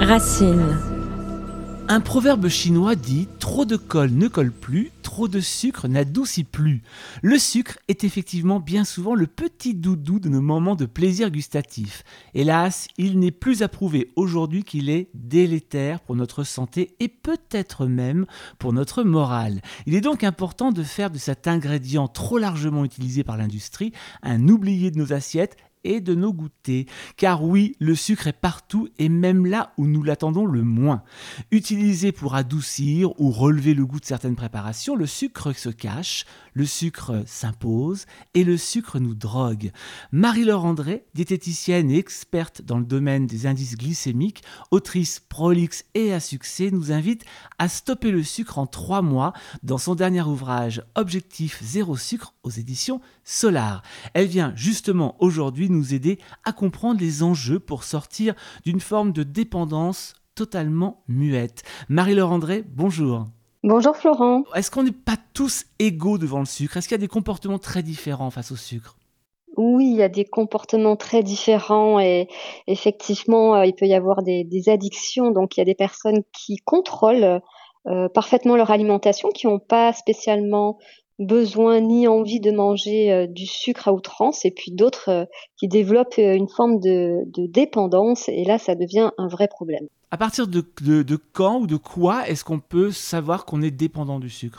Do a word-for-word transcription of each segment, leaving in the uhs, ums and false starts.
Racine. Un proverbe chinois dit « Trop de colle ne colle plus, trop de sucre n'adoucit plus ». Le sucre est effectivement bien souvent le petit doudou de nos moments de plaisir gustatif. Hélas, il n'est plus à prouver aujourd'hui qu'il est délétère pour notre santé et peut-être même pour notre morale. Il est donc important de faire de cet ingrédient trop largement utilisé par l'industrie un oublié de nos assiettes et de nos goûters. Car oui, le sucre est partout et même là où nous l'attendons le moins. Utilisé pour adoucir ou relever le goût de certaines préparations, le sucre se cache, le sucre s'impose et le sucre nous drogue. Marie-Laure André, diététicienne et experte dans le domaine des indices glycémiques, autrice prolixe et à succès, nous invite à stopper le sucre en trois mois dans son dernier ouvrage Objectif zéro sucre aux éditions Solar. Elle vient justement aujourd'hui nous aider à comprendre les enjeux pour sortir d'une forme de dépendance totalement muette. Marie-Laure André, bonjour. Bonjour Florent. Est-ce qu'on n'est pas tous égaux devant le sucre ? Est-ce qu'il y a des comportements très différents face au sucre ? Oui, il y a des comportements très différents et effectivement, euh, il peut y avoir des, des addictions. Donc, il y a des personnes qui contrôlent euh, parfaitement leur alimentation, qui n'ont pas spécialement besoin ni envie de manger euh, du sucre à outrance, et puis d'autres euh, qui développent euh, une forme de, de dépendance, et là, ça devient un vrai problème. À partir de, de, de quand ou de quoi est-ce qu'on peut savoir qu'on est dépendant du sucre ?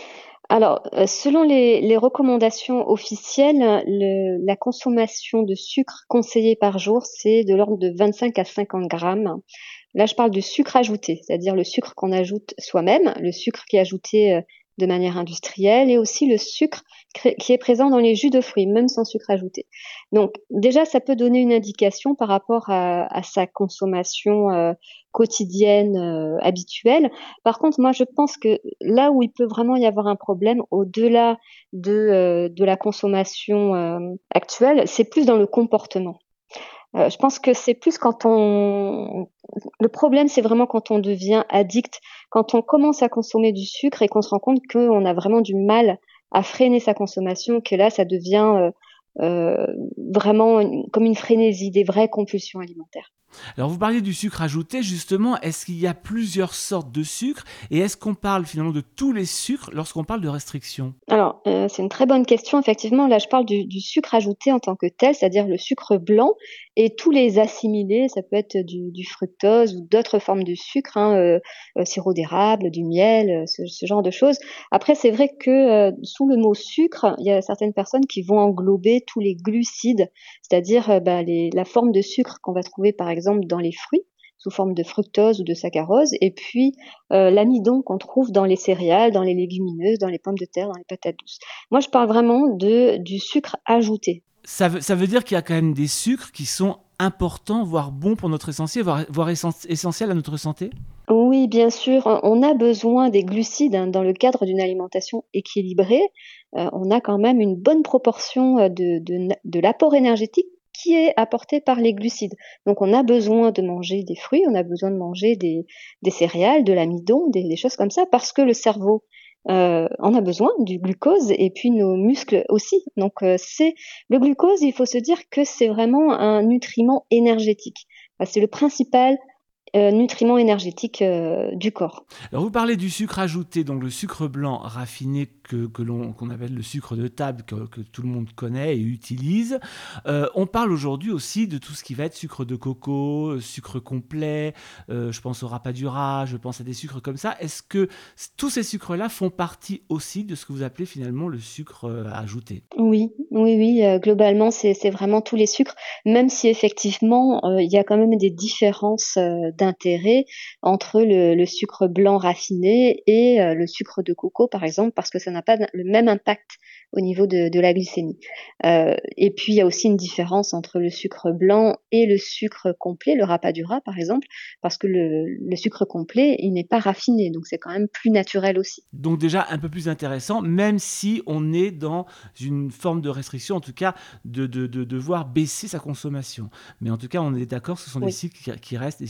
Alors, euh, selon les, les recommandations officielles, le, la consommation de sucre conseillée par jour, c'est de l'ordre de vingt-cinq à cinquante grammes. Là, je parle de sucre ajouté, c'est-à-dire le sucre qu'on ajoute soi-même, le sucre qui est ajouté euh, de manière industrielle, et aussi le sucre cré- qui est présent dans les jus de fruits, même sans sucre ajouté. Donc, déjà, ça peut donner une indication par rapport à, à sa consommation euh, quotidienne euh, habituelle. Par contre, moi, je pense que là où il peut vraiment y avoir un problème, au-delà de, euh, de la consommation euh, actuelle, c'est plus dans le comportement. Euh, je pense que c'est plus quand on... Le problème, c'est vraiment quand on devient addict, quand on commence à consommer du sucre et qu'on se rend compte qu'on a vraiment du mal à freiner sa consommation, que là, ça devient euh, euh, vraiment une- comme une frénésie, des vraies compulsions alimentaires. Alors vous parliez du sucre ajouté, justement, est-ce qu'il y a plusieurs sortes de sucre et est-ce qu'on parle finalement de tous les sucres lorsqu'on parle de restriction ? Alors, euh, c'est une très bonne question. Effectivement, là, je parle du, du sucre ajouté en tant que tel, c'est-à-dire le sucre blanc et tous les assimilés. Ça peut être du, du fructose ou d'autres formes de sucre, hein, euh, euh, sirop d'érable, du miel, euh, ce, ce genre de choses. Après, c'est vrai que euh, sous le mot sucre, il y a certaines personnes qui vont englober tous les glucides, c'est-à-dire euh, bah, les, la forme de sucre qu'on va trouver par exemple dans les fruits sous forme de fructose ou de saccharose, et puis euh, l'amidon qu'on trouve dans les céréales, dans les légumineuses, dans les pommes de terre, dans les patates douces. Moi, je parle vraiment de, du sucre ajouté. Ça veut, ça veut dire qu'il y a quand même des sucres qui sont importants, voire bons pour notre santé, voire, voire essen- essentiels à notre santé ? Oui, bien sûr, on a besoin des glucides hein, dans le cadre d'une alimentation équilibrée. Euh, on a quand même une bonne proportion euh, de, de, de l'apport énergétique qui est apporté par les glucides. Donc on a besoin de manger des fruits, on a besoin de manger des, des céréales, de l'amidon, des, des choses comme ça, parce que le cerveau euh, en a besoin, du glucose, et puis nos muscles aussi. Donc euh, c'est le glucose, il faut se dire que c'est vraiment un nutriment énergétique. Enfin, c'est le principal euh, nutriment énergétique euh, du corps. Alors vous parlez du sucre ajouté, donc le sucre blanc raffiné que, que l'on, qu'on appelle le sucre de table, que, que tout le monde connaît et utilise. Euh, on parle aujourd'hui aussi de tout ce qui va être sucre de coco, euh, sucre complet, euh, je pense au rapadura, je pense à des sucres comme ça. Est-ce que c- tous ces sucres-là font partie aussi de ce que vous appelez finalement le sucre euh, ajouté ? Oui, oui, oui, euh, globalement, c'est c'est vraiment tous les sucres, même si effectivement, euh, il y a quand même des différences euh, d'intérêt entre le, le sucre blanc raffiné et euh, le sucre de coco, par exemple, parce que ça n'a pas le même impact au niveau de, de la glycémie. Euh, et puis, il y a aussi une différence entre le sucre blanc et le sucre complet, le rapadura, par exemple, parce que le, le sucre complet, il n'est pas raffiné, donc c'est quand même plus naturel aussi. Donc déjà un peu plus intéressant, même si on est dans une forme de restriction, en tout cas de, de, de devoir baisser sa consommation. Mais en tout cas, on est d'accord, ce sont des Oui. sucres qui, qui restent des sucres, des sucres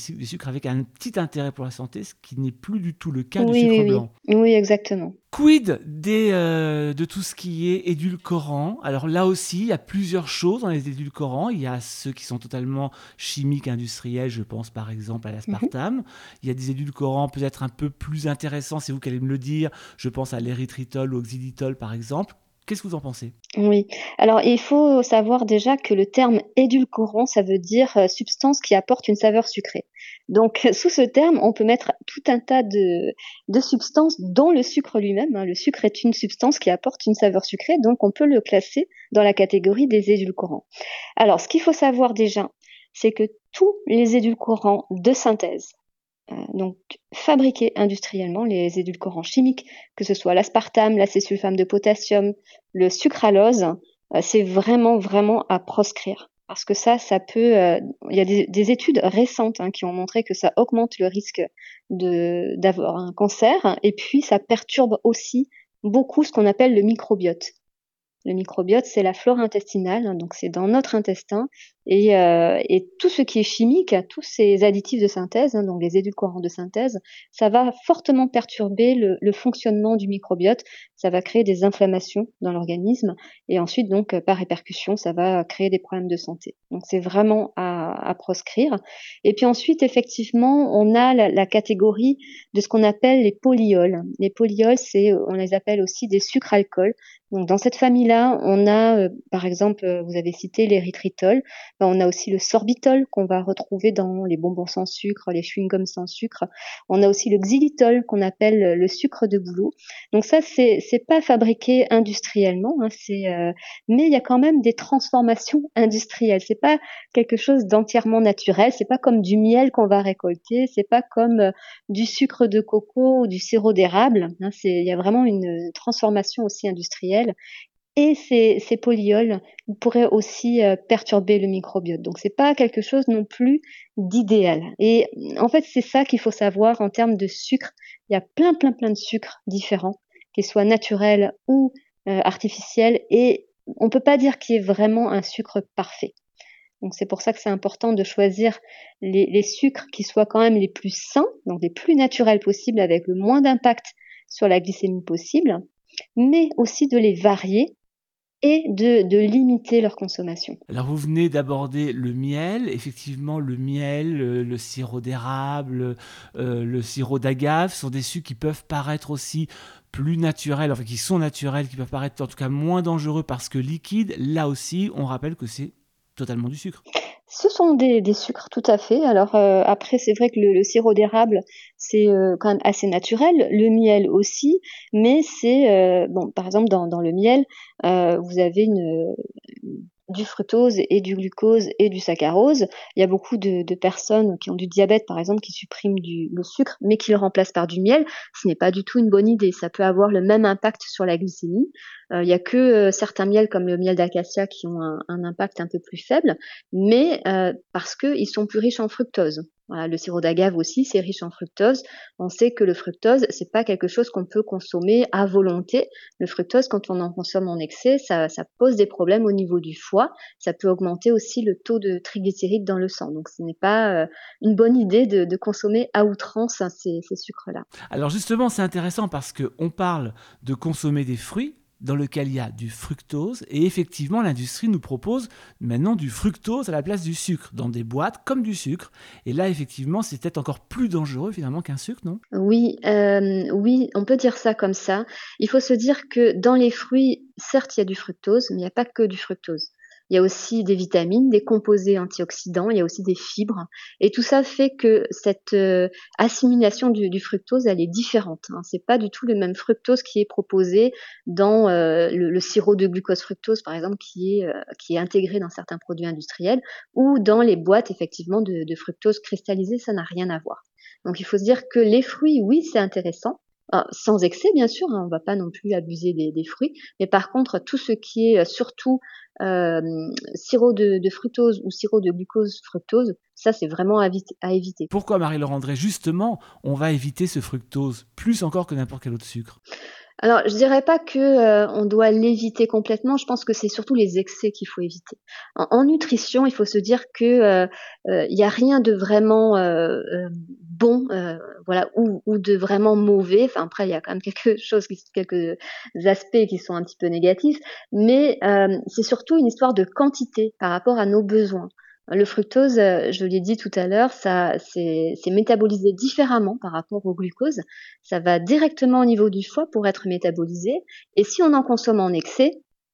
sucre avec un petit intérêt pour la santé, ce qui n'est plus du tout le cas du Oui, sucre oui, oui. blanc. Oui, exactement. Quid des, euh, de tout ce qui est édulcorant? Alors là aussi, il y a plusieurs choses dans les édulcorants. Il y a ceux qui sont totalement chimiques, industriels, je pense par exemple à Mhm. l'aspartame. Il y a des édulcorants peut-être un peu plus intéressants, c'est vous qui allez me le dire. Je pense à l'érythritol ou au xylitol par exemple. Qu'est-ce que vous en pensez? Oui. Alors, il faut savoir déjà que le terme édulcorant, ça veut dire euh, substance qui apporte une saveur sucrée. Donc, sous ce terme, on peut mettre tout un tas de, de substances, dont le sucre lui-même, hein. Le sucre est une substance qui apporte une saveur sucrée, donc on peut le classer dans la catégorie des édulcorants. Alors, ce qu'il faut savoir déjà, c'est que tous les édulcorants de synthèse, euh, donc fabriqués industriellement, les édulcorants chimiques, que ce soit l'aspartame, l'acésulfame de potassium, le sucralose, euh, c'est vraiment, vraiment à proscrire. Parce que ça, ça peut. euh, Il y a des, des études récentes hein, qui ont montré que ça augmente le risque de, d'avoir un cancer, et puis ça perturbe aussi beaucoup ce qu'on appelle le microbiote. Le microbiote, c'est la flore intestinale, hein, donc c'est dans notre intestin. Et, euh, et tout ce qui est chimique, tous ces additifs de synthèse, hein, donc les édulcorants de synthèse, ça va fortement perturber le, le fonctionnement du microbiote. Ça va créer des inflammations dans l'organisme. Et ensuite, donc, par répercussion, ça va créer des problèmes de santé. Donc c'est vraiment à, à proscrire. Et puis ensuite, effectivement, on a la, la catégorie de ce qu'on appelle les polyols. Les polyols, c'est, on les appelle aussi des sucres-alcools. Donc, dans cette famille-là, on a, euh, par exemple, euh, vous avez cité l'érythritol, ben, on a aussi le sorbitol qu'on va retrouver dans les bonbons sans sucre, les chewing-gums sans sucre. On a aussi le xylitol qu'on appelle le sucre de bouleau. Donc ça, c'est c'est pas fabriqué industriellement, hein, c'est, euh, mais il y a quand même des transformations industrielles. C'est pas quelque chose d'entièrement naturel. C'est pas comme du miel qu'on va récolter. C'est pas comme euh, du sucre de coco ou du sirop d'érable. Hein, c'est, il y a vraiment une transformation aussi industrielle. Et ces, ces polyols pourraient aussi euh, perturber le microbiote. Donc, c'est pas quelque chose non plus d'idéal. Et en fait, c'est ça qu'il faut savoir en termes de sucre. Il y a plein, plein, plein de sucres différents, qu'ils soient naturels ou euh, artificiels. Et on peut pas dire qu'il y ait vraiment un sucre parfait. Donc, c'est pour ça que c'est important de choisir les, les sucres qui soient quand même les plus sains, donc les plus naturels possibles, avec le moins d'impact sur la glycémie possible, mais aussi de les varier et de, de limiter leur consommation. Alors vous venez d'aborder le miel, effectivement le miel, le, le sirop d'érable, euh, le sirop d'agave sont des sucres qui peuvent paraître aussi plus naturels, enfin qui sont naturels, qui peuvent paraître en tout cas moins dangereux parce que liquides. Là aussi, on rappelle que c'est totalement du sucre. Ce sont des, des sucres, tout à fait. Alors euh, après, c'est vrai que le, le sirop d'érable, c'est euh, quand même assez naturel. Le miel aussi, mais c'est euh, bon. Par exemple, dans, dans le miel, euh, vous avez une, du fructose et du glucose et du saccharose. Il y a beaucoup de, de personnes qui ont du diabète, par exemple, qui suppriment du, le sucre, mais qui le remplacent par du miel. Ce n'est pas du tout une bonne idée. Ça peut avoir le même impact sur la glycémie. Euh, il y a que euh, certains miels, comme le miel d'acacia, qui ont un, un impact un peu plus faible, mais euh, parce qu'ils sont plus riches en fructose. Voilà, le sirop d'agave aussi, c'est riche en fructose. On sait que le fructose, c'est pas quelque chose qu'on peut consommer à volonté. Le fructose, quand on en consomme en excès, ça, ça pose des problèmes au niveau du foie. Ça peut augmenter aussi le taux de triglycérides dans le sang. Donc, ce n'est pas euh, une bonne idée de, de consommer à outrance hein, ces, ces sucres-là. Alors justement, c'est intéressant parce qu'on parle de consommer des fruits dans lequel il y a du fructose et effectivement l'industrie nous propose maintenant du fructose à la place du sucre dans des boîtes comme du sucre et là effectivement c'est peut-être encore plus dangereux finalement qu'un sucre, non? Oui, euh, oui, on peut dire ça comme ça. Il faut se dire que dans les fruits, certes, il y a du fructose, mais il n'y a pas que du fructose. Il y a aussi des vitamines, des composés antioxydants, il y a aussi des fibres. Et tout ça fait que cette euh, assimilation du, du fructose, elle est différente. Hein. C'est pas du tout le même fructose qui est proposé dans euh, le, le sirop de glucose fructose, par exemple, qui est, euh, qui est intégré dans certains produits industriels, ou dans les boîtes, effectivement, de, de fructose cristallisée, ça n'a rien à voir. Donc il faut se dire que les fruits, oui, c'est intéressant, ah, sans excès bien sûr, hein, on ne va pas non plus abuser des, des fruits, mais par contre tout ce qui est euh, surtout euh, sirop de, de fructose ou sirop de glucose fructose, ça c'est vraiment à, vite, à éviter. Pourquoi Marie-Laure André? Justement, on va éviter ce fructose plus encore que n'importe quel autre sucre. Alors, je dirais pas que, heu, on doit l'éviter complètement, je pense que c'est surtout les excès qu'il faut éviter. En en nutrition, il faut se dire que, heu heu, il y a rien de vraiment, heu, hem, bon, heu, voilà, ou ou de vraiment mauvais. Enfin, après, il y a quand même quelque chose qui s quelques aspects qui sont un petit peu négatifs, mais hem, c'est surtout une histoire de quantité par rapport à nos besoins. Le fructose, heu, je l'ai dit tout à l'heure, ça c'est c'est métabolisé différemment par rapport au glucose. Ça va directement au niveau du foie pour être métabolisé et si on en consomme en excès,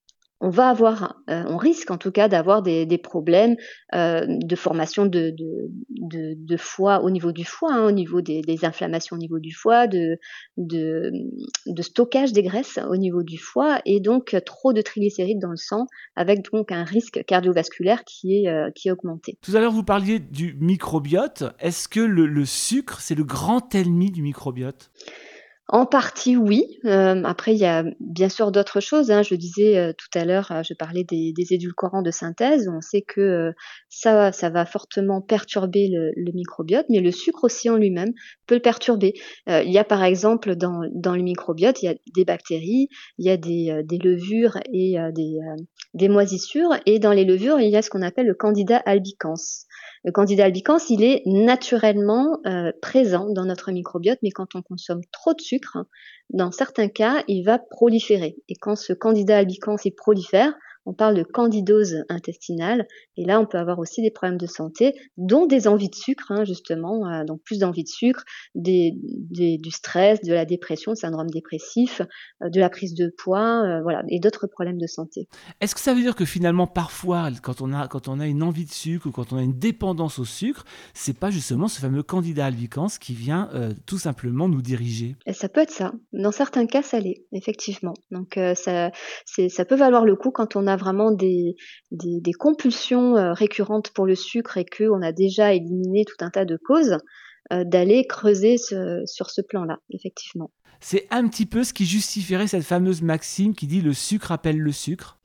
on va avoir, heu, on risque en tout cas d'avoir des des problèmes, heu, de formation de de de de foie au niveau du foie, hein, au niveau des des inflammations au niveau du foie, de de, mmh, de stockage des graisses au niveau du foie et donc heu, trop de triglycérides dans le sang avec donc un risque cardiovasculaire qui est, heu, qui est augmenté. Tout à l'heure, vous parliez du microbiote. Est-ce que le le sucre, c'est le grand ennemi du microbiote? En partie, oui. Hem, après, il y a bien sûr d'autres choses, hein. Je disais, heu, tout à l'heure, heu, je parlais des des édulcorants de synthèse. On sait que, heu, ça ça va fortement perturber le le microbiote, mais le sucre aussi en lui-même peut le perturber. Heu, il y a par exemple dans dans le microbiote, il y a des bactéries, il y a des, heu, des levures et heu, des, heu, des moisissures et dans les levures, il y a ce qu'on appelle le Candida albicans. Le Candida albicans, il est naturellement, heu, présent dans notre microbiote, mais quand on consomme trop de sucre, dans certains cas, il va proliférer et quand ce Candida albicans, il prolifère, on parle de candidose intestinale et là, on peut avoir aussi des problèmes de santé, dont des envies de sucre, hein, justement, heu, donc plus d'envie de sucre, des des du stress, de la dépression, le syndrome dépressif, heu, de la prise de poids, heu, voilà et d'autres problèmes de santé. Est-ce que ça veut dire que finalement, parfois, quand on a quand on a une envie de sucre ou quand on a une dépendance au sucre, c'est pas justement ce fameux Candida albicans qui vient, heu, tout simplement nous diriger? Et ça peut être ça. Dans certains cas, ça l'est, effectivement. Donc heu, ça c'est ça peut valoir le coup quand on a vraiment des des des compulsions, heu, récurrentes pour le sucre et qu'on a déjà éliminé tout un tas de causes, heu, d'aller creuser ce sur ce plan-là, effectivement. C'est un petit peu ce qui justifierait cette fameuse maxime qui dit: «Le sucre appelle le sucre»?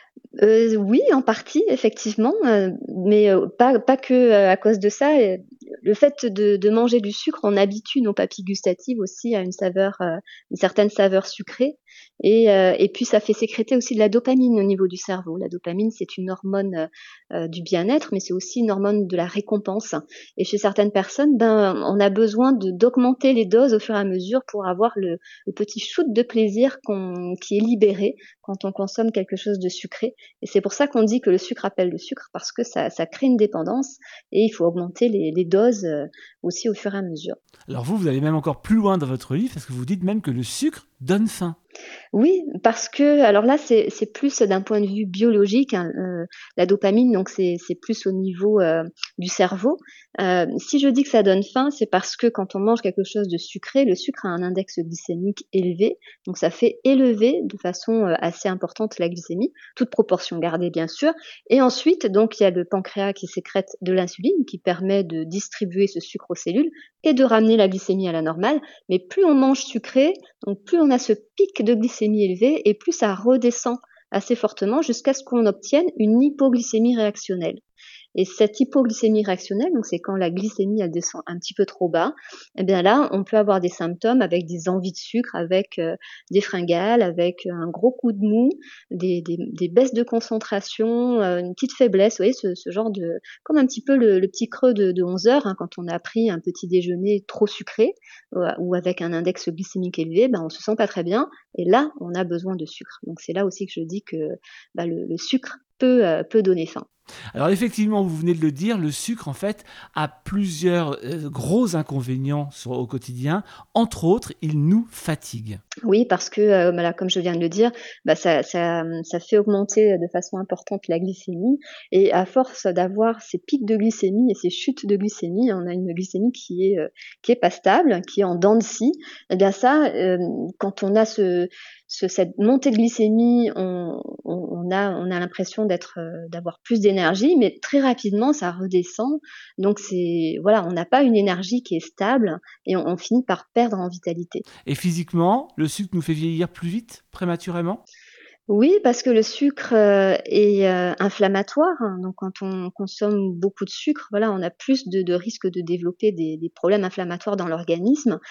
Heu, oui, en partie, effectivement, heu, mais heu, pas pas que, heu, à cause de ça, heu, le fait de de manger du sucre, on habitue nos papilles gustatives aussi à une saveur, heu, une certaine saveur sucrée et heu et puis ça fait sécréter aussi de la dopamine au niveau du cerveau. La dopamine, c'est une hormone, heu heu, du bien-être, mais c'est aussi une hormone de la récompense et chez certaines personnes, ben, on a besoin de d'augmenter les doses au fur et à mesure pour avoir le le petit shoot de plaisir qu'on qui est libéré quand on consomme quelque chose de sucré et c'est pour ça qu'on dit que le sucre appelle le sucre parce que ça ça crée une dépendance et il faut augmenter les les doses, heu, aussi au fur et à mesure. Alors vous, vous allez même encore plus loin dans votre livre parce que vous dites même que le sucre donne faim. Oui, parce que alors là, c'est c'est plus d'un point de vue biologique, hein, heu, la dopamine, donc c'est c'est plus au niveau, heu, du cerveau. Heu, si je dis que ça donne faim, c'est parce que quand on mange quelque chose de sucré, le sucre a un index glycémique élevé, donc ça fait élever de façon, heu, assez importante la glycémie, toute proportion gardée bien sûr et ensuite donc il y a le pancréas qui sécrète de l'insuline qui permet de distribuer ce sucre aux cellules et de ramener la glycémie à la normale, mais plus on mange sucré, donc plus on a ce pic de glycémie élevé et plus ça redescend assez fortement jusqu'à ce qu'on obtienne une hypoglycémie réactionnelle. Et cette hypoglycémie réactionnelle, donc c'est quand la glycémie elle descend un petit peu trop bas, et bien là, on peut avoir des symptômes avec des envies de sucre, avec euh, des fringales, avec un gros coup de mou, des, des, des baisses de concentration, euh, une petite faiblesse, vous voyez, ce, ce genre de, comme un petit peu le, le petit creux de, de onze heures, hein, quand on a pris un petit déjeuner trop sucré ou, ou avec un index glycémique élevé, ben on se sent pas très bien et là, on a besoin de sucre. Donc c'est là aussi que je dis que bah, le, le sucre peut, euh, peut donner faim. Alors effectivement, vous venez de le dire, le sucre en fait a plusieurs euh, gros inconvénients sur- au quotidien. Entre autres, il nous fatigue. Oui, parce que, heu, voilà, comme je viens de le dire, bah, ça ça, mmh, ça fait augmenter, de façon importante la glycémie et à force d'avoir ces pics de glycémie et ces chutes de glycémie, on a une glycémie qui est, heu, qui est pas stable, qui est en dents de scie et bien ça, hem, quand on a ce ce cette montée de glycémie, on on on a on a l'impression d'être, heu, d'avoir plus d'énergie, mais très rapidement ça redescend. Donc c'est voilà, on n'a pas une énergie qui est stable et on on finit par perdre en vitalité. Et physiquement, le sucre nous fait vieillir plus vite, prématurément. Oui, parce que le sucre, heu, est, heu, inflammatoire, hein, donc quand on consomme beaucoup de sucre, voilà, on a plus de de risques de développer des des problèmes inflammatoires dans l'organisme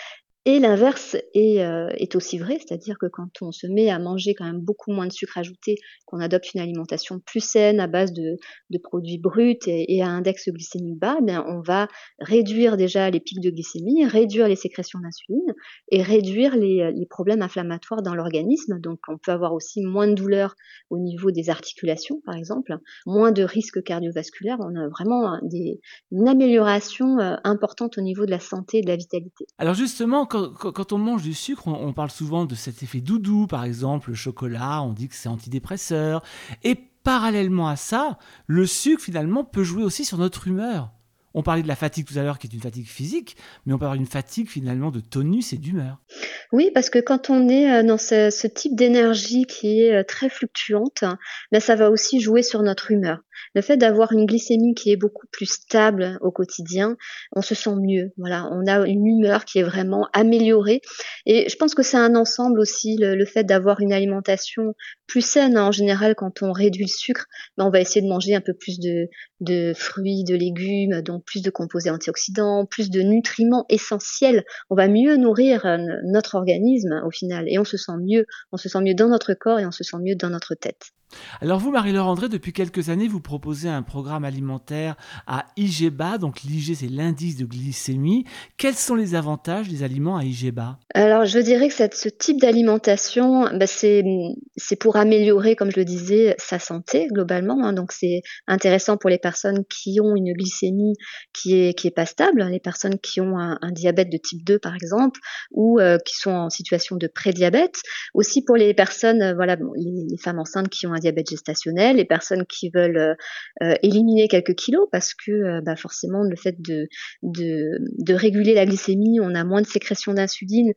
Et l'inverse est, heu, est aussi vrai, c'est-à-dire que quand on se met à manger quand même beaucoup moins de sucre ajouté, qu'on adopte une alimentation plus saine à base de de produits bruts et et à index glycémique bas, eh bien on va réduire déjà les pics de glycémie, réduire les sécrétions d'insuline et réduire les, heu, les problèmes inflammatoires dans l'organisme. Donc on peut avoir aussi moins de douleurs au niveau des articulations, par exemple, moins de risques cardiovasculaires. On a vraiment un des une amélioration, heu, importante au niveau de la santé et de la vitalité. Alors justement, quand quand quand on mange du sucre, on on parle souvent de cet effet doudou, par exemple, le chocolat, on dit que c'est antidépresseur et parallèlement à ça, le sucre finalement peut jouer aussi sur notre humeur. On parlait de la fatigue tout à l'heure qui est une fatigue physique, mais on peut avoir une fatigue finalement de tonus et d'humeur. Oui, parce que quand on est, heu, dans ce ce type d'énergie qui est, heu, très fluctuante, bah, ça va aussi jouer sur notre humeur. Le fait d'avoir une glycémie qui est beaucoup plus stable au quotidien, on se sent mieux. Voilà, on a une humeur qui est vraiment améliorée et je pense que c'est un ensemble aussi, le le fait d'avoir une alimentation plus saine, hein. En général, quand on réduit le sucre, bah, on va essayer de manger un peu plus de de fruits, de légumes, donc plus de composés antioxydants, plus de nutriments essentiels. On va mieux nourrir, heu, notre organisme au final et on se sent mieux. On se sent mieux dans notre corps et on se sent mieux dans notre tête. Alors vous, Marie-Laure André, depuis quelques années, vous proposez un programme alimentaire à I G B A, donc l'I G c'est l'indice de glycémie. Quels sont les avantages des aliments à I G B A? Alors je dirais que cette ce type d'alimentation, bah, c'est, mmh, c'est pour améliorer, comme je le disais, sa santé globalement, hein. Donc c'est intéressant pour les personnes qui ont une glycémie qui est qui est pas stable, hein, les personnes qui ont un un diabète de type deux par exemple ou heu, qui sont en situation de prédiabète. Aussi pour les personnes, heu, voilà, bon, les les femmes enceintes qui ont un diabète gestationnel, les personnes qui veulent, heu heu, éliminer quelques kilos parce que, heu, bah, forcément le fait de de de réguler la glycémie, on a moins de sécrétion d'insuline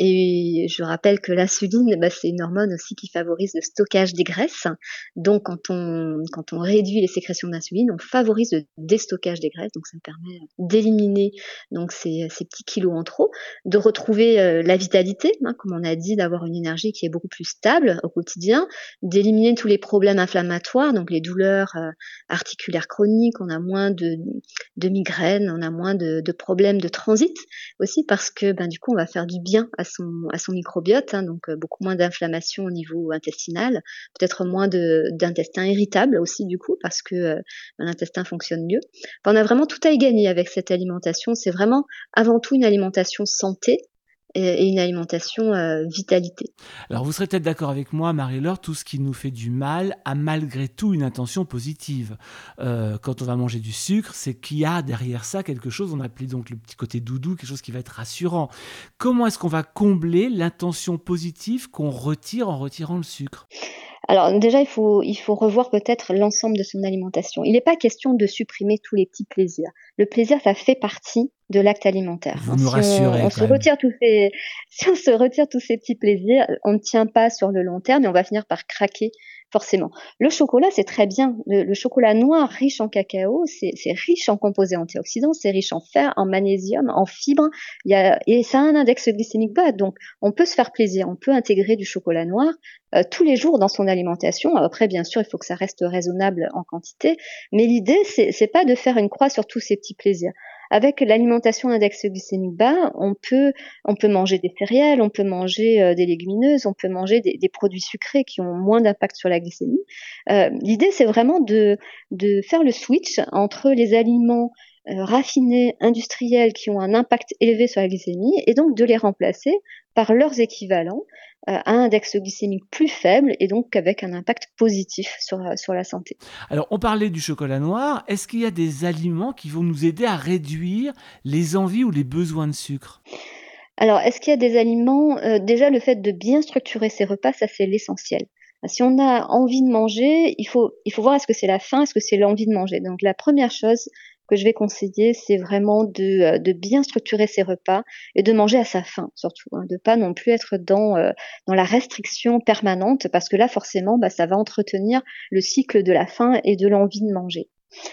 et je rappelle que l'insuline, bah, c'est une hormone aussi qui favorise le stockage des graisses. Donc quand on quand on réduit les sécrétions d'insuline, on favorise le déstockage des graisses, donc ça me permet d'éliminer donc ces ces petits kilos en trop, de retrouver, heu, la vitalité, hein, comme on a dit, d'avoir une énergie qui est beaucoup plus stable au quotidien, d'éliminer tous les problèmes inflammatoires, donc les douleurs, heu, articulaires chroniques, on a moins de de migraines, on a moins de de problèmes de transit aussi parce que, ben, du coup, on va faire du bien à son à son microbiote, hein, donc heu, beaucoup moins d'inflammation au niveau intestinal, peut-être moins de d'intestin irritable aussi du coup parce que, heu, ben, l'intestin fonctionne mieux. Enfin, on a vraiment tout à y gagner avec cette alimentation. C'est vraiment avant tout une alimentation santé et et une alimentation, heu, vitalité. Alors vous serez peut-être d'accord avec moi, Marie-Laure, tout ce qui nous fait du mal a malgré tout une intention positive. Euh, quand on va manger du sucre, c'est qu'il y a derrière ça quelque chose, on appelait donc le petit côté doudou, quelque chose qui va être rassurant. Comment est-ce qu'on va combler l'intention positive qu'on retire en retirant le sucre? Alors déjà, il faut il faut revoir peut-être l'ensemble de son alimentation. Il n'est pas question de supprimer tous les petits plaisirs. Le plaisir, ça fait partie de l'acte alimentaire, Vous hein. nous Si on rassurez on quand se même. retire tous ces si on se retire tous ces petits plaisirs, on ne tient pas sur le long terme et on va finir par craquer forcément. Le chocolat, c'est très bien. Le le chocolat noir riche en cacao, c'est c'est riche en composés antioxydants, c'est riche en fer, en magnésium, en fibres. Il y a et ça a un index glycémique bas, donc on peut se faire plaisir. On peut intégrer du chocolat noir heu, tous les jours dans son alimentation. Après, bien sûr, il faut que ça reste raisonnable en quantité, mais l'idée, c'est c'est pas de faire une croix sur tous ces petits plaisirs. Avec l'alimentation index glycémique bas, on peut on peut manger des céréales, on peut manger, heu, des légumineuses, on peut manger des des produits sucrés qui ont moins d'impact sur la glycémie. Heu, l'idée, c'est vraiment de de faire le switch entre les aliments, heu, raffinés, industriels, qui ont un impact élevé sur la glycémie et donc de les remplacer par leurs équivalents, heu, à index glycémique plus faible et donc avec un impact positif sur, heu, sur la santé. Alors, on parlait du chocolat noir. Est-ce qu'il y a des aliments qui vont nous aider à réduire les envies ou les besoins de sucre? Alors, est-ce qu'il y a des aliments, heu, déjà le fait de bien structurer ses repas, ça c'est l'essentiel. Si on a envie de manger, il faut il faut voir est-ce que c'est la faim, est-ce que c'est l'envie de manger? Donc la première chose que je vais conseiller, c'est vraiment de, heu, de bien structurer ses repas et de manger à sa faim surtout, hein, de pas non plus être dans, heu, dans la restriction permanente parce que là forcément, bah, ça va entretenir le cycle de la faim et de l'envie de manger.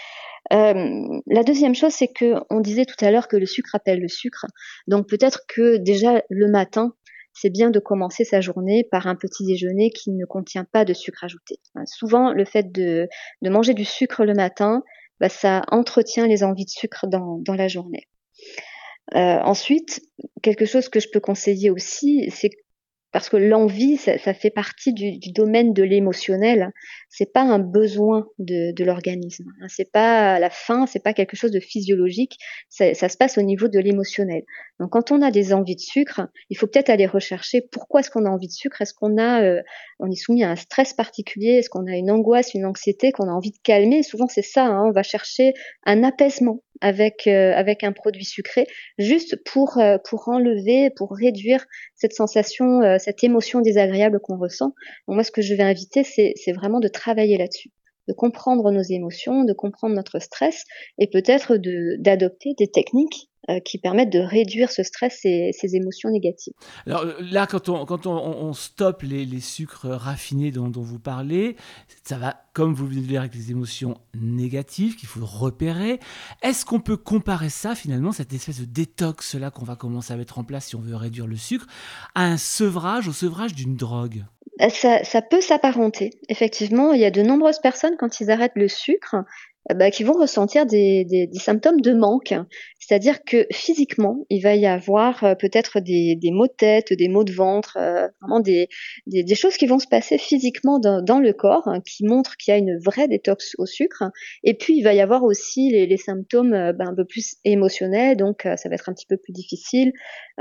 Hem, la deuxième chose, c'est qu'on disait tout à l'heure que le sucre appelle le sucre. Donc peut-être que déjà le matin, c'est bien de commencer sa journée par un petit déjeuner qui ne contient pas de sucre ajouté. Hein, souvent, le fait de de manger du sucre le matin, bah, ça entretient les envies de sucre dans dans la journée. Heu, ensuite, quelque chose que je peux conseiller aussi, c'est parce que l'envie, ça ça fait partie du du domaine de l'émotionnel. C'est pas un besoin de de l'organisme, hein. C'est pas la faim, c'est pas quelque chose de physiologique, c'est ça se passe au niveau de l'émotionnel. Donc quand on a des envies de sucre, il faut peut-être aller rechercher pourquoi est-ce qu'on a envie de sucre? Est-ce qu'on a, heu, on est soumis à un stress particulier? Est-ce qu'on a une angoisse, une anxiété qu'on a envie de calmer? Souvent c'est ça, hein, on va chercher un apaisement avec, heu, avec un produit sucré, juste pour, heu, pour enlever, pour réduire cette sensation, heu, cette émotion désagréable qu'on ressent. Donc moi, ce que je vais inviter, c'est c'est vraiment de travailler là-dessus, de comprendre nos émotions, de comprendre notre stress et peut-être de d'adopter des techniques, heu, qui permettent de réduire ce stress et ces émotions négatives. Alors euh, là, quand on, quand on, on- on stoppe les, les sucres raffinés dont, dont vous parlez, ça va, comme vous venez de le dire, avec les émotions négatives qu'il faut repérer. Est-ce qu'on peut comparer ça, finalement, cette espèce de détox-là qu'on va commencer à mettre en place si on veut réduire le sucre, à un sevrage, au sevrage d'une drogue? Heu, ça ça peut s'apparenter. Effectivement, il y a de nombreuses personnes quand ils arrêtent le sucre, heu, bah, qui vont ressentir des des des symptômes de manque. C'est-à-dire que physiquement, il va y avoir, heu, peut-être des des maux de tête, des maux de ventre, heu, vraiment des des des choses qui vont se passer physiquement dans dans le corps, hein, qui montrent qu'il y a une vraie détox au sucre. Et puis il va y avoir aussi les les symptômes, heu, bah, un peu plus émotionnels, donc heu, ça va être un petit peu plus difficile.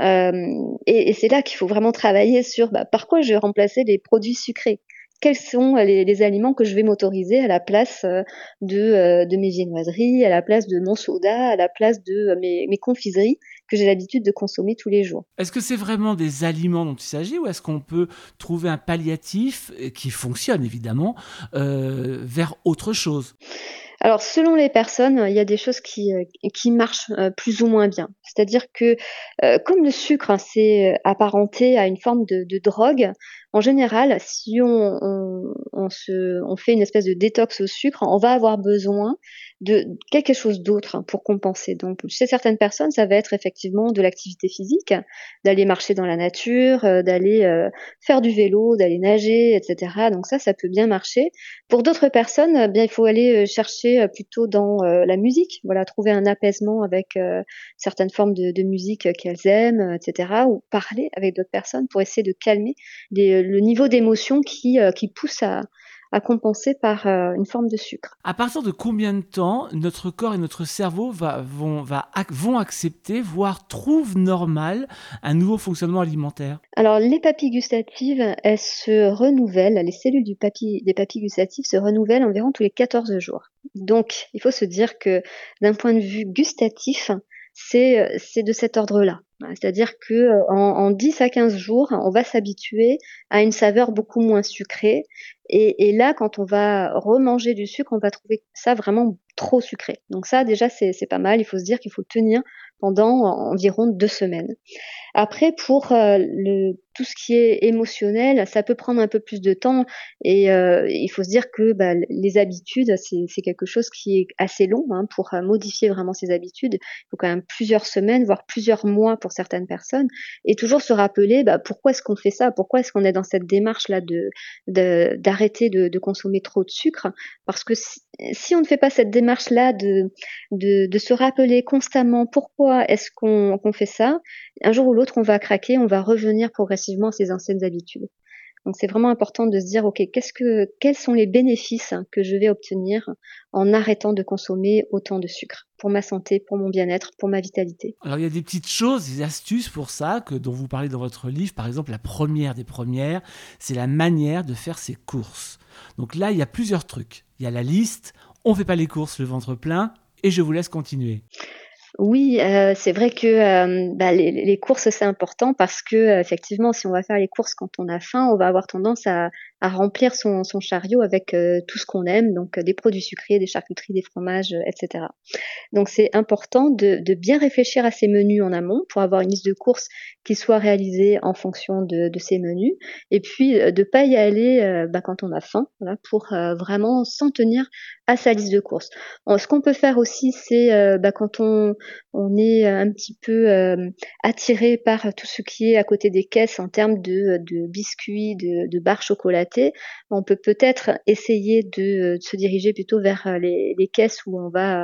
Hem et et c'est là qu'il faut vraiment travailler sur, bah, par quoi je vais remplacer les produits sucrés? Quels sont les les aliments que je vais m'autoriser à la place, heu, de, heu, de mes viennoiseries, à la place de mon soda, à la place de, heu, mes mes confiseries que j'ai l'habitude de consommer tous les jours? Est-ce que c'est vraiment des aliments dont il s'agit ou est-ce qu'on peut trouver un palliatif euh, qui fonctionne évidemment euh, vers autre chose? Alors selon les personnes, il y a des choses qui, heu, qui marchent, heu, plus ou moins bien. C'est-à-dire que, heu, comme le sucre, hein, c'est, heu, apparenté à une forme de de drogue, en général, si on on on se on fait une espèce de détox au sucre, on va avoir besoin de quelque chose d'autre, hein, pour compenser. Donc chez certaines personnes, ça va être effectivement de l'activité physique, d'aller marcher dans la nature, heu, d'aller, heu, faire du vélo, d'aller nager et cetera. Donc ça, ça peut bien marcher. Pour d'autres personnes, eh bien, il faut aller, heu, chercher, heu, plutôt dans, heu, la musique. Voilà, trouver un apaisement avec, heu, certaines formes de de musique, heu, qu'elles aiment, heu, et cetera, ou parler avec d'autres personnes pour essayer de calmer les le niveau d'émotion qui, heu, qui pousse à à compenser par, heu, une forme de sucre. À partir de combien de temps notre corps et notre cerveau va, vont, va, ac- vont accepter, voire trouvent normal un nouveau fonctionnement alimentaire? Alors les papilles gustatives, elles se renouvellent, les cellules du papille des papilles gustatives se renouvellent environ tous les quatorze jours. Donc il faut se dire que d'un point de vue gustatif, c'est, heu, c'est de cet ordre-là. Hein, c'est-à-dire que, heu, en en dix à quinze jours, on va s'habituer à une saveur beaucoup moins sucrée et et là, quand on va remanger du sucre, on va trouver ça vraiment trop sucré. Donc ça déjà, c'est c'est pas mal. Il faut se dire qu'il faut tenir pendant environ deux semaines. Après pour, heu, le tout ce qui est émotionnel, ça peut prendre un peu plus de temps et heu, il faut se dire que, bah, l les habitudes, c'est c'est quelque chose qui est assez long, hein, pour, heu, modifier vraiment ses habitudes. Il faut quand même plusieurs semaines, voire plusieurs mois pour certaines personnes et toujours se rappeler, bah, pourquoi est-ce qu'on fait ça? Pourquoi est-ce qu'on est dans cette démarche-là de de d'arrêter de de consommer trop de sucre? Parce que si si on ne fait pas cette démarche-là de de de se rappeler constamment pourquoi est-ce qu'on qu'on fait ça, un jour ou l'autre, on va craquer, on va revenir progressivement à ses anciennes habitudes. Donc c'est vraiment important de se dire: «OK, qu'est-ce que quels sont les bénéfices que je vais obtenir en arrêtant de consommer autant de sucre? Pour ma santé, pour mon bien-être, pour ma vitalité». Alors il y a des petites choses, des astuces pour ça, que, dont vous parlez dans votre livre. Par exemple, la première des premières, c'est la manière de faire ses courses. Donc là, il y a plusieurs trucs. Il y a la liste, on ne fait pas les courses le ventre plein, et je vous laisse continuer. Oui, heu, c'est vrai que, hem, bah, les les courses, c'est important parce que, heu, effectivement, si on va faire les courses quand on a faim, on va avoir tendance à à remplir son son chariot avec, heu, tout ce qu'on aime, donc, heu, des produits sucrés, des charcuteries, des fromages, heu, et cetera. Donc c'est important de de bien réfléchir à ces menus en amont pour avoir une liste de courses qui soit réalisée en fonction de de ces menus et puis, heu, de pas y aller, heu, bah, quand on a faim, voilà, pour, heu, vraiment s'en tenir à sa liste de courses. Heu, ce qu'on peut faire aussi, c'est, heu, bah, quand on on est, un petit peu, hem, attiré par tout ce qui est à côté des caisses en termes de, de biscuits, de de barres chocolatées, on peut peut-être essayer de, de se diriger plutôt vers, heu, les les caisses où on va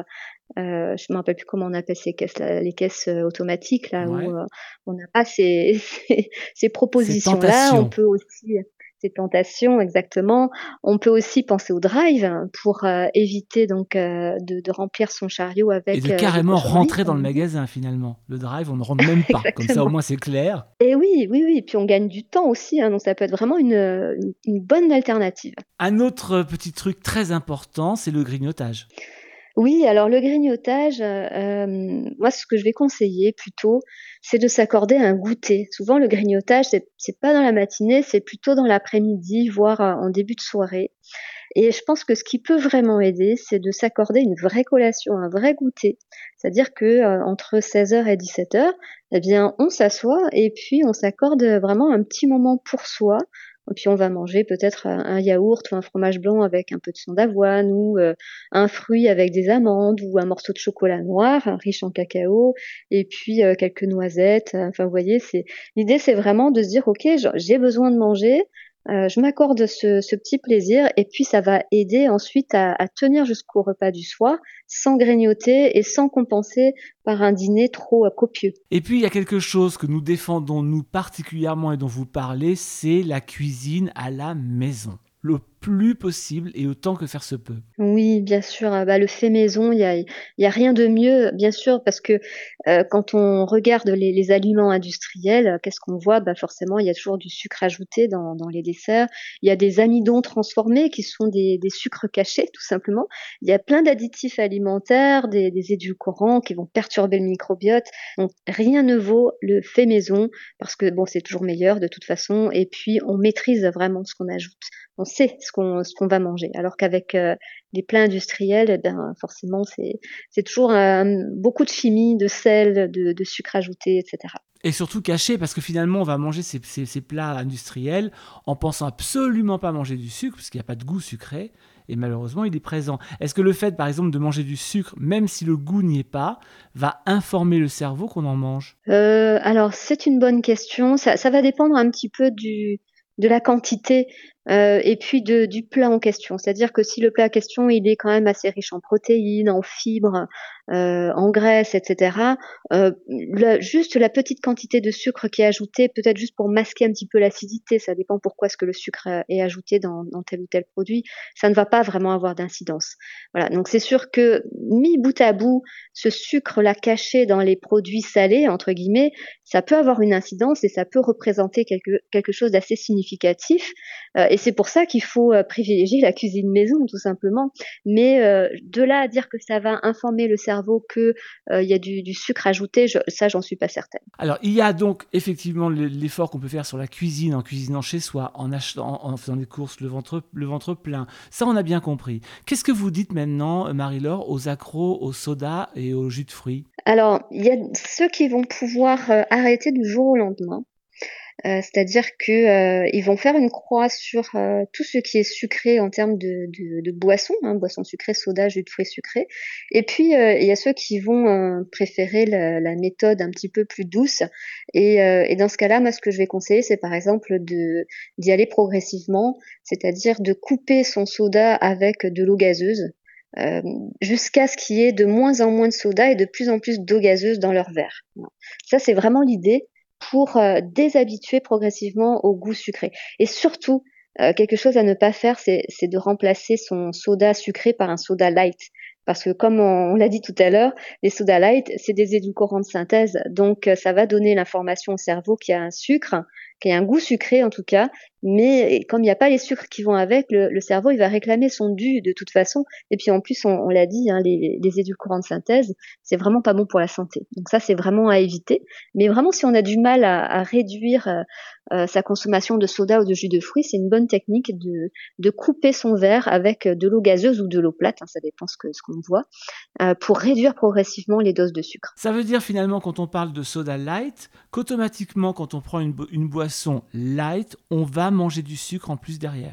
Heu, je me rappelle plus comment on appelle ces caisses-là, les caisses, heu, automatiques là où, Ouais. heu, on n'a pas ces ces ces C'est propositions-là. On tentation. peut aussi ces tentations exactement. On peut aussi penser au drive pour, heu, éviter donc, heu, de de remplir son chariot Et de avec, heu, des carrément cochonneries, rentrer dans comme le on dit. magasin finalement. Le drive, on ne rentre même pas. Comme ça, au Exactement. moins, c'est clair. Et oui, oui, oui, puis on gagne du temps aussi, hein, donc ça peut être vraiment une, heu, une une bonne alternative. Un autre petit truc très important, c'est le grignotage. Oui, alors le grignotage, heu, hem, moi ce que je vais conseiller plutôt, c'est de s'accorder un goûter. Souvent le grignotage, c'est c'est pas dans la matinée, c'est plutôt dans l'après-midi, voire, heu, en début de soirée et je pense que ce qui peut vraiment aider, c'est de s'accorder une vraie collation, un vrai goûter. C'est-à-dire que, heu, entre seize heures et dix-sept heures, eh bien, on s'assoit et puis on s'accorde, heu, vraiment un petit moment pour soi et puis on va manger peut-être, heu, un yaourt ou un fromage blanc avec un peu de son d'avoine ou, heu, un fruit avec des amandes ou un morceau de chocolat noir, hein, riche en cacao et puis, heu, quelques noisettes, heu, enfin vous voyez, c'est l'idée c'est vraiment de se dire: «OK, je j'ai besoin de manger, heu, je m'accorde ce ce petit plaisir» et puis ça va aider ensuite à à tenir jusqu'au repas du soir, sans grignoter et sans compenser par un dîner trop, heu, copieux. Et puis, il y a quelque chose que nous défendons, nous, particulièrement et dont vous parlez, c'est la cuisine à la maison. Le plus possible et autant que faire se peut. Oui, bien sûr, ah bah, le fait maison, il y a il y a rien de mieux, bien sûr, parce que, heu, quand on regarde les les aliments industriels, heu, qu'est-ce qu'on voit? Bah, forcément, il y a toujours du sucre ajouté dans dans les desserts. Il y a des amidons transformés qui sont des des sucres cachés, tout simplement. Il y a plein d'additifs alimentaires, des des édulcorants qui vont perturber le microbiote. Donc rien ne vaut le fait maison parce que bon, c'est toujours meilleur de toute façon et puis on maîtrise vraiment ce qu'on ajoute. On sait ce qu'on ce qu'on va manger. Alors qu'avec, heu, les plats industriels, eh ben, forcément, c'est c'est toujours, hem, beaucoup de chimie, de sel, de de sucre ajouté et cetera. Et surtout caché, parce que finalement, on va manger ces, ces- ces plats industriels en pensant absolument pas manger du sucre, parce qu'il n'y a pas de goût sucré, et malheureusement, il est présent. Est-ce que le fait, par exemple, de manger du sucre, même si le goût n'y est pas, va informer le cerveau qu'on en mange? Heu, alors c'est une bonne question. Ça ça va dépendre un petit peu du de la quantité, heu et puis de du plat en question. C'est-à-dire que si le plat en question, il est quand même assez riche en protéines, en fibres, heu, en graisses et cetera, heu, le juste la petite quantité de sucre qui est ajoutée, peut-être juste pour masquer un petit peu l'acidité, ça dépend pourquoi est-ce que le sucre, heu, est ajouté dans dans tel ou tel produit, ça ne va pas vraiment avoir d'incidence. Voilà, donc c'est sûr que mis bout à bout, ce sucre-là caché dans les produits «salés» entre guillemets, ça peut avoir une incidence et ça peut représenter quelque quelque chose d'assez significatif, heu et c'est pour ça qu'il faut, heu, privilégier la cuisine maison tout simplement. Mais, heu, de là à dire que ça va informer le cerveau que, heu, il y a du du sucre ajouté, je ça j'en suis pas certaine. Alors, il y a donc effectivement le- l'effort qu'on peut faire sur la cuisine, en cuisinant chez soi, en achetant, en faisant des courses, le ventre, le ventre plein. Ça, on a bien compris. Qu'est-ce que vous dites maintenant, Marie-Laure, aux accros, au soda et au jus de fruits? Alors, il y a ceux qui vont pouvoir, heu, arrêter du jour au lendemain. Heu, c'est-à-dire que, heu, ils vont faire une croix sur, heu, tout ce qui est sucré en termes de de de boissons, hein, boissons sucrées, soda, jus de fruits sucrés et puis, heu, il y a ceux qui vont, heu, préférer la la méthode un petit peu plus douce et heu et dans ce cas-là, moi, ce que je vais conseiller, c'est par exemple de d'y aller progressivement, c'est-à-dire de couper son soda avec de l'eau gazeuse, hem, jusqu'à ce qu'il y ait de moins en moins de soda et de plus en plus d'eau gazeuse dans leur verre. Voilà. Ça, c'est vraiment l'idée pour, heu, déshabituer progressivement au goût sucré et surtout, heu, quelque chose à ne pas faire, c'est c'est de remplacer son soda sucré par un soda light. Parce que comme on on l'a dit tout à l'heure, les sodas light, c'est des édulcorants de synthèse, donc heu, ça va donner l'information au cerveau qu'il y a un sucre, qu'il y a un goût sucré en tout cas, mais comme il y a pas les sucres qui vont avec, le le cerveau, il va réclamer son dû de toute façon et puis en plus on on l'a dit, hein, les les édulcorants de synthèse, c'est vraiment pas bon pour la santé. Donc ça, c'est vraiment à éviter. Mais vraiment, si on a du mal à, à réduire euh, euh, sa consommation de soda ou de jus de fruits, c'est une bonne technique de, de couper son verre avec de l'eau gazeuse ou de l'eau plate, hein, ça dépend ce que ce qu'on boit, euh, pour réduire progressivement les doses de sucre. Ça veut dire finalement, quand on parle de soda light, qu'automatiquement, quand on prend une, bo- une boisson light, on va manger du sucre en plus derrière.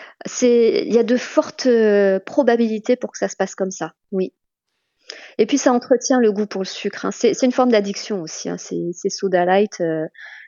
C'est, il y a de fortes euh, probabilités pour que ça se passe comme ça. Oui. Et puis ça entretient le goût pour le sucre, hein. C'est, c'est une forme d'addiction aussi, hein, ces, ces soda light. euh,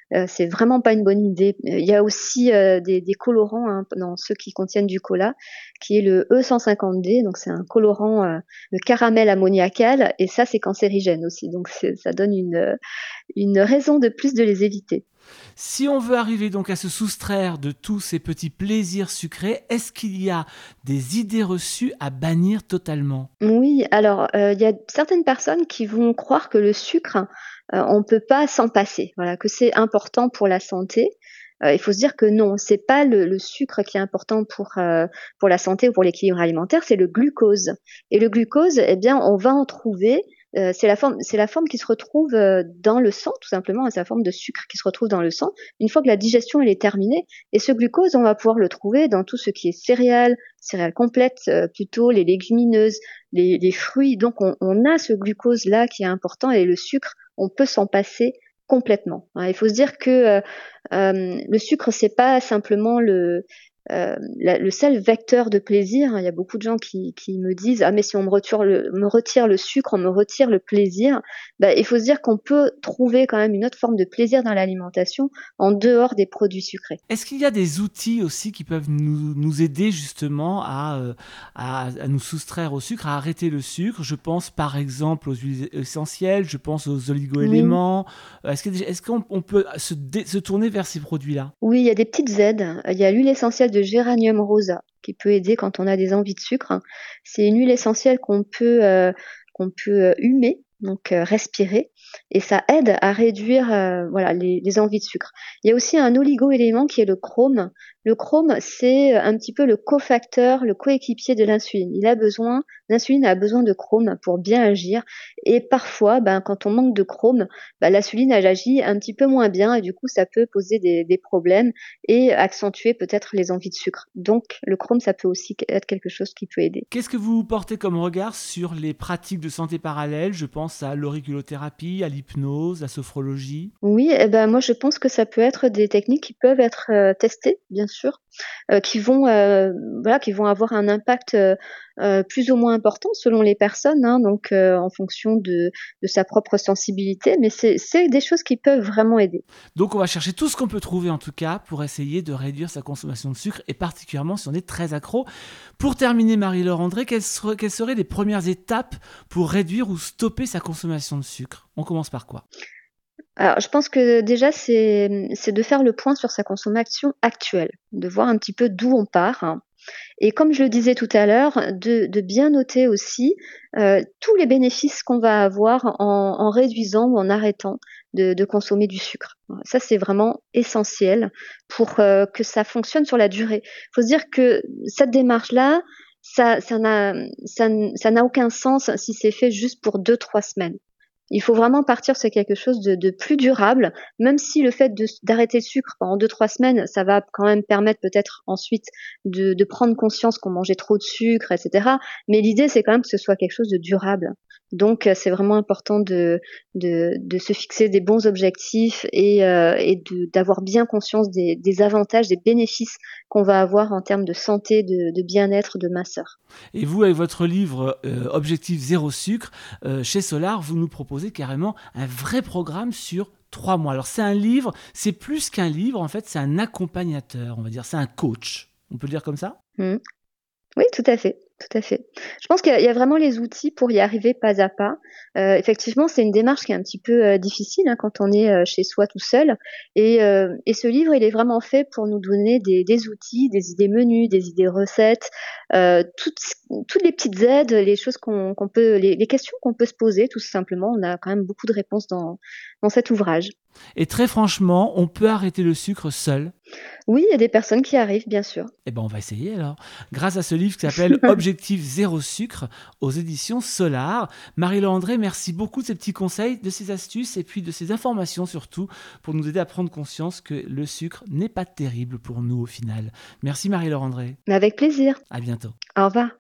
Heu, c'est vraiment pas une bonne idée. Il y a aussi, heu, des des colorants, hein, dans ceux qui contiennent du cola, qui est le E cent cinquante D, donc c'est un colorant, heu, de caramel ammoniacal et ça, c'est cancérigène aussi, donc c'est ça donne une, heu, une raison de plus de les éviter. Si on veut arriver donc à se soustraire de tous ces petits plaisirs sucrés, est-ce qu'il y a des idées reçues à bannir totalement? Oui, alors, heu, il y a certaines personnes qui vont croire que le sucre, heu, on peut pas s'en passer, voilà, que c'est important pour la santé. Heu, il faut se dire que non, c'est pas le le sucre qui est important pour, heu, pour la santé ou pour l'équilibre alimentaire, c'est le glucose et le glucose, eh bien, on va en trouver, heu, c'est la forme c'est la forme qui se retrouve, heu, dans le sang tout simplement, hein, c'est la forme de sucre qui se retrouve dans le sang, une fois que la digestion elle est terminée et ce glucose, on va pouvoir le trouver dans tout ce qui est céréales, céréales complètes, heu, plutôt les légumineuses, les les fruits, donc on on a ce glucose-là qui est important et le sucre, on peut s'en passer complètement, hein. Il faut se dire que, heu, hem, le sucre, c'est pas simplement le, heu, la le seul vecteur de plaisir, hein. Il y a beaucoup de gens qui qui me disent: «Ah mais si on me retire le me retire le sucre, on me retire le plaisir». Bah, il faut se dire qu'on peut trouver quand même une autre forme de plaisir dans l'alimentation en dehors des produits sucrés. Est-ce qu'il y a des outils aussi qui peuvent nous, nous aider justement à, euh, à, à nous soustraire au sucre, à arrêter le sucre? Je pense par exemple aux huiles essentielles, je pense aux Oui. oligo-éléments. Euh, Est-ce que- est-ce qu'on on peut se, dé- se tourner vers ces produits-là? Oui, il y a des petites aides. Il y a l'huile essentielle de géranium rosa qui peut aider quand on a des envies de sucre. C'est une huile essentielle qu'on peut, heu, qu'on peut, heu, humer, donc heu, respirer et ça aide à réduire, heu, voilà, les les envies de sucre. Il y a aussi un oligo-élément qui est le chrome. Le chrome, c'est, un petit peu le cofacteur, le coéquipier de l'insuline. Il a besoin L'insuline a besoin de chrome pour bien agir et parfois, ben, quand on manque de chrome, bah, l'insuline, elle agit un petit peu moins bien et du coup, ça peut poser des des problèmes et accentuer peut-être les envies de sucre. Donc le chrome, ça peut aussi être quelque chose qui peut aider. Qu'est-ce que vous portez comme regard sur les pratiques de santé parallèles? Je pense à l'auriculothérapie, à l'hypnose, la sophrologie. Oui et ben, moi, je pense que ça peut être des techniques qui peuvent être, heu, testées, bien sûr, heu, qui vont, heu, voilà, qui vont avoir un impact, heu heu, plus ou moins important selon les personnes, hein, donc heu, en fonction de de sa propre sensibilité, mais c'est c'est des choses qui peuvent vraiment aider. Donc on va chercher tout ce qu'on peut trouver en tout cas pour essayer de réduire sa consommation de sucre et particulièrement si on est très accro. Pour terminer, Marie-Laure André, quelles seraient, quelles seraient les premières étapes pour réduire ou stopper sa consommation de sucre? On commence par quoi? Alors, je pense que déjà, c'est, mmh, c'est de faire le point sur sa consommation actuelle, de voir un petit peu d'où on part, hein. Et comme je le disais tout à l'heure, de de bien noter aussi, heu, tous les bénéfices qu'on va avoir en en réduisant ou en arrêtant de de consommer du sucre. Voilà, ça, c'est vraiment essentiel pour, heu, que ça fonctionne sur la durée. Il faut se dire que cette démarche-là, ça ça n'a, ça n ça n'a aucun sens si c'est fait juste pour deux trois semaines. Il faut vraiment partir sur quelque chose de de plus durable, même si le fait de s d'arrêter le sucre pendant deux trois semaines, ça va quand même permettre peut-être ensuite de de prendre conscience qu'on mangeait trop de sucre et cetera. Mais l'idée, c'est quand même que ce soit quelque chose de durable. Donc heu, c'est vraiment important de de de se fixer des bons objectifs et heu et de d'avoir bien conscience des des avantages, des bénéfices qu'on va avoir en termes de santé, de de bien-être, de minceur. Et vous, avec votre livre euh, Objectif zéro sucre, euh, chez Solar, vous nous proposez carrément un vrai programme sur trois mois. Alors c'est un livre, c'est plus qu'un livre, en fait, c'est un accompagnateur, on va dire, c'est un coach. On peut le dire comme ça? Mmh. Oui, tout à fait, tout à fait. Je pense qu'il y a il y a vraiment les outils pour y arriver pas à pas. Heu, effectivement, c'est une démarche qui est un petit peu, heu, difficile, hein, quand on est, heu, chez soi tout seul et heu et ce livre, il est vraiment fait pour nous donner des des outils, des idées menus, des idées recettes, heu, toutes s toutes les petites aides, les choses qu'on qu'on peut les les questions qu'on peut se poser tout simplement. On a quand même beaucoup de réponses dans dans cet ouvrage. Et très franchement, on peut arrêter le sucre seul. Oui, il y a des personnes qui arrivent, bien sûr. Eh ben, on va essayer alors. Grâce à ce livre qui s'appelle Objectif zéro sucre aux éditions Solar. Marie-Laure André, merci beaucoup de ces petits conseils, de ces astuces et puis de ces informations surtout pour nous aider à prendre conscience que le sucre n'est pas terrible pour nous au final. Merci Marie-Laure André. Mais avec plaisir. À bientôt. Au revoir.